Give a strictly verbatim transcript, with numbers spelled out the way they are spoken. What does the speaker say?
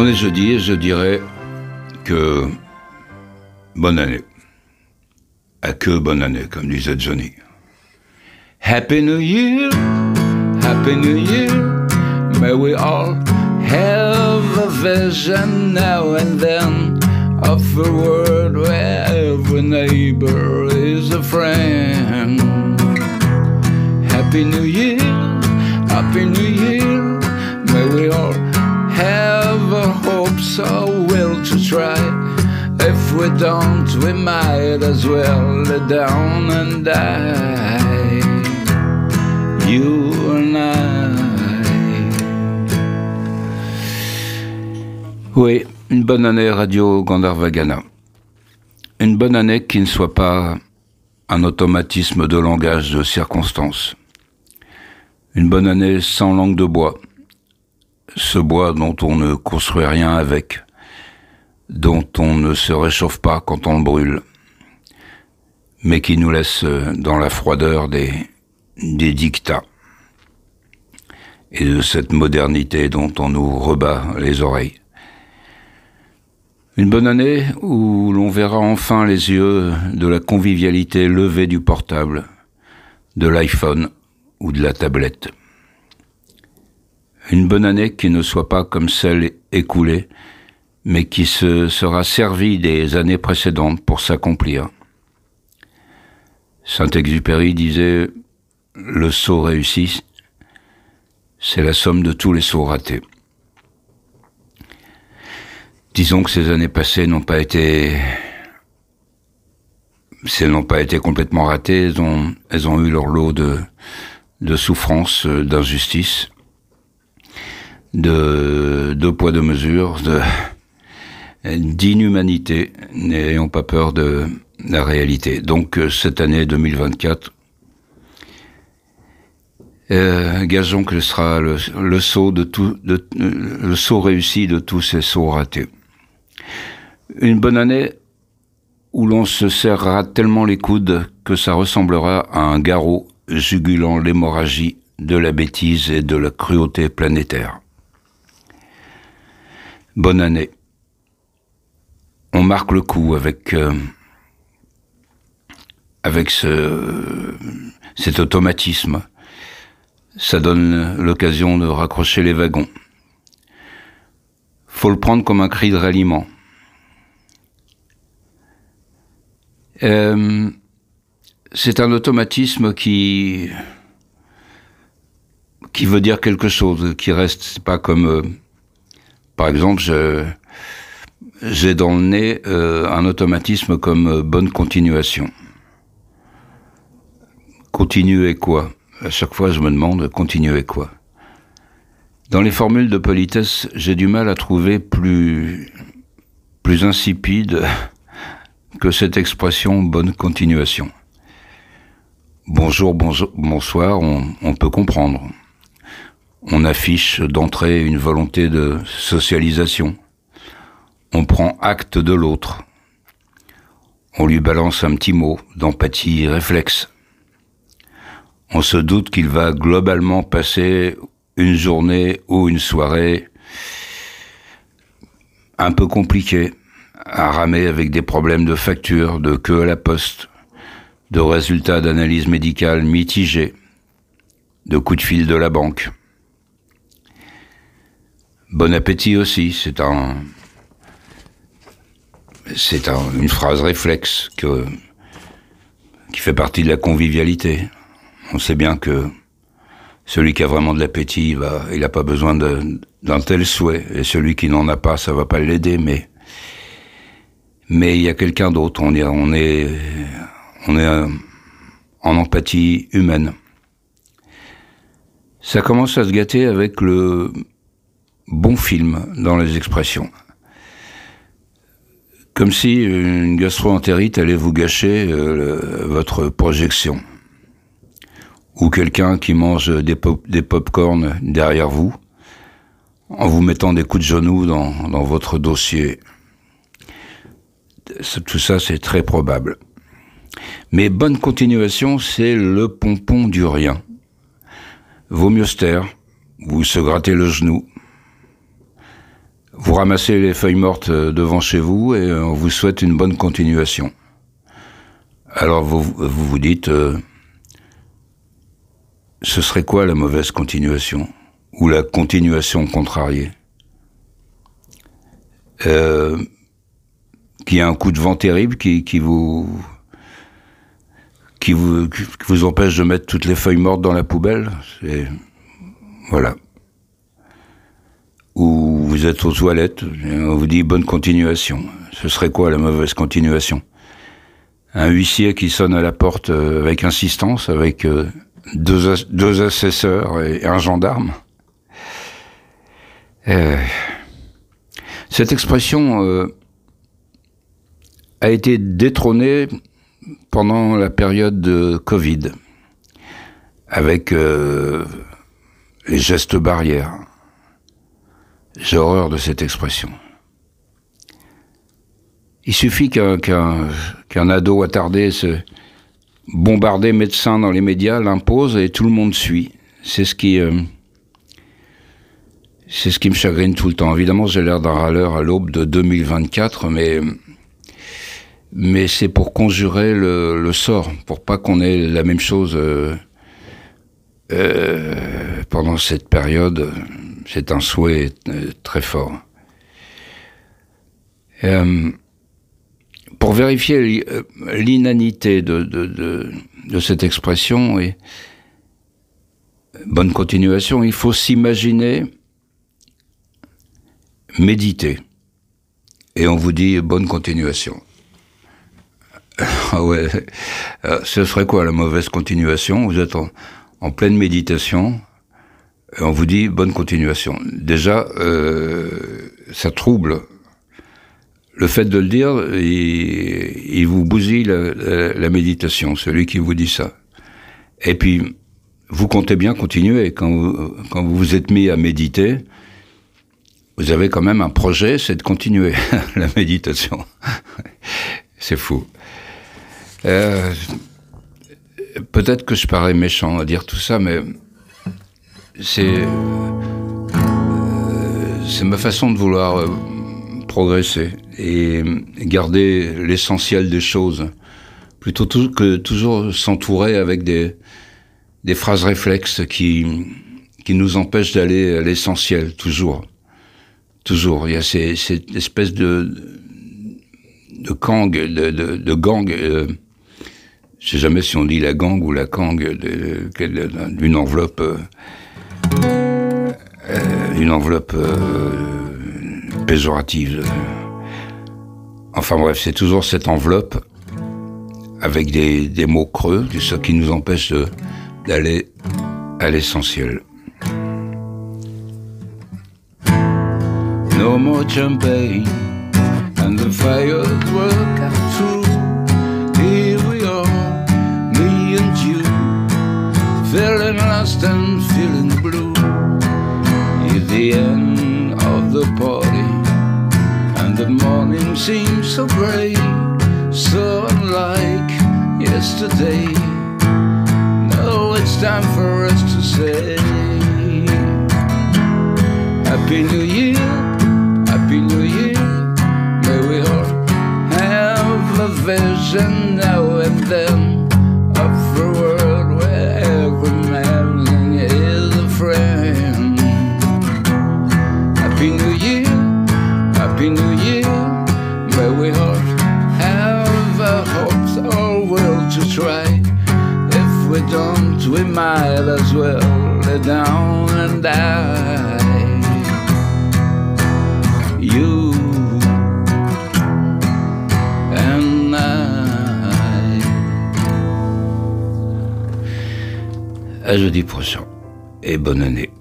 On est jeudi et je dirais que bonne année. À que bonne année, comme disait Johnny. Happy New Year, Happy New Year. May we all have a vision now and then of a world where every neighbor is a friend. Happy New Year, Happy New Year. May we all have a hope so will to try. If we don't, we might as well lay down and die. You and I. Oui, une bonne année Radio Gandharvagana. Une bonne année qui ne soit pas un automatisme de langage de circonstance. Une bonne année sans langue de bois. Ce bois dont on ne construit rien avec, dont on ne se réchauffe pas quand on le brûle, mais qui nous laisse dans la froideur des, des dictats et de cette modernité dont on nous rebat les oreilles. Une bonne année où l'on verra enfin les yeux de la convivialité levée du portable, de l'iPhone ou de la tablette. Une bonne année qui ne soit pas comme celle écoulée, mais qui se sera servie des années précédentes pour s'accomplir. Saint-Exupéry disait « Le saut réussi, c'est la somme de tous les sauts ratés ». Disons que ces années passées n'ont pas été... Si elles n'ont pas été complètement ratées, elles ont, elles ont eu leur lot de, de souffrance, d'injustice, de deux poids deux mesures, de, d'inhumanité, n'ayons pas peur de la réalité. Donc cette année deux mille vingt-quatre, euh, gageons que ce sera le, le saut de tout, de, le saut réussi de tous ces sauts ratés. Une bonne année où l'on se serrera tellement les coudes que ça ressemblera à un garrot jugulant l'hémorragie de la bêtise et de la cruauté planétaire. Bonne année. On marque le coup avec euh, avec ce cet automatisme. Ça donne l'occasion de raccrocher les wagons. Faut le prendre comme un cri de ralliement. Euh, c'est un automatisme qui qui veut dire quelque chose, qui reste, c'est pas comme euh, par exemple, je, j'ai dans le nez euh, un automatisme comme euh, bonne continuation. Continuer quoi? À chaque fois, je me demande, continuer quoi? Dans les formules de politesse, j'ai du mal à trouver plus, plus insipide que cette expression bonne continuation. Bonjour, bonjour, bonsoir, on, on peut comprendre. On affiche d'entrée une volonté de socialisation. On prend acte de l'autre. On lui balance un petit mot d'empathie réflexe. On se doute qu'il va globalement passer une journée ou une soirée un peu compliquée, à ramer avec des problèmes de facture, de queue à la poste, de résultats d'analyse médicale mitigés, de coups de fil de la banque. Bon appétit aussi, c'est un, c'est un, une phrase réflexe que, qui fait partie de la convivialité. On sait bien que celui qui a vraiment de l'appétit, bah, il n'a pas besoin de, d'un tel souhait, et celui qui n'en a pas, ça va pas l'aider, mais, mais il y a quelqu'un d'autre. On est, on est, on est en empathie humaine. Ça commence à se gâter avec le bon film dans les expressions. Comme si une gastro-entérite allait vous gâcher euh, votre projection. Ou quelqu'un qui mange des, pop- des pop-corn derrière vous, en vous mettant des coups de genoux dans, dans votre dossier. Tout ça, c'est très probable. Mais bonne continuation, c'est le pompon du rien. Vaut mieux se taire, ou se gratter le genou, Vous ramassez les feuilles mortes devant chez vous et on vous souhaite une bonne continuation. Alors vous vous, vous dites, euh, ce serait quoi la mauvaise continuation? Ou la continuation contrariée? euh, Qu'il y a un coup de vent terrible qui, qui vous... Qui vous, qui vous empêche de mettre toutes les feuilles mortes dans la poubelle, c'est... Voilà. Ou vous êtes aux toilettes, et on vous dit bonne continuation. Ce serait quoi la mauvaise continuation? Un huissier qui sonne à la porte avec insistance, avec deux, deux assesseurs et un gendarme. Euh, cette expression euh, a été détrônée pendant la période de Covid, avec euh, les gestes barrières. J'ai horreur de cette expression. Il suffit qu'un qu'un qu'un ado attardé se bombarder médecin dans les médias l'impose et tout le monde suit. C'est ce qui euh, c'est ce qui me chagrine tout le temps. Évidemment, j'ai l'air d'un râleur à l'aube de deux mille vingt-quatre, mais mais c'est pour conjurer le, le sort, pour pas qu'on ait la même chose euh, euh, pendant cette période. C'est un souhait euh, très fort. Euh, pour vérifier l'inanité de, de, de, de cette expression et bonne continuation, il faut s'imaginer méditer. Et on vous dit bonne continuation. Ah ouais, ce serait quoi la mauvaise continuation? Vous êtes en, en pleine méditation et on vous dit bonne continuation. Déjà, euh, ça trouble. Le fait de le dire, il, il vous bousille la, la, la méditation, celui qui vous dit ça. Et puis, vous comptez bien continuer. Quand vous, quand vous vous êtes mis à méditer, vous avez quand même un projet, c'est de continuer la méditation. C'est fou. Euh, peut-être que je parais méchant à dire tout ça, mais c'est euh, c'est ma façon de vouloir euh, progresser et garder l'essentiel des choses, plutôt tout, que toujours s'entourer avec des des phrases réflexes qui qui nous empêchent d'aller à l'essentiel, toujours. Toujours. Il y a ces, cette espèce de de gang, de, de, de gang, euh, je sais jamais si on dit la gang ou la gang, d'une enveloppe, euh, euh, une enveloppe euh, péjorative. Enfin bref, c'est toujours cette enveloppe avec des, des mots creux, ce qui nous empêche de, d'aller à l'essentiel. No more champagne and the fireworks are through. Here we are, me and you, feeling lost and feeling blue. It's the end of the party, and the morning seems so gray, so unlike yesterday. Now it's time for us to say Happy New Year, Happy New Year. May we all have a vision now and then of a world where every man is a friend. Happy New Year, Happy New Year. May we all have a hope, our will to try. If we don't, we might as well lay down and die. You and I. À jeudi prochain et bonne année.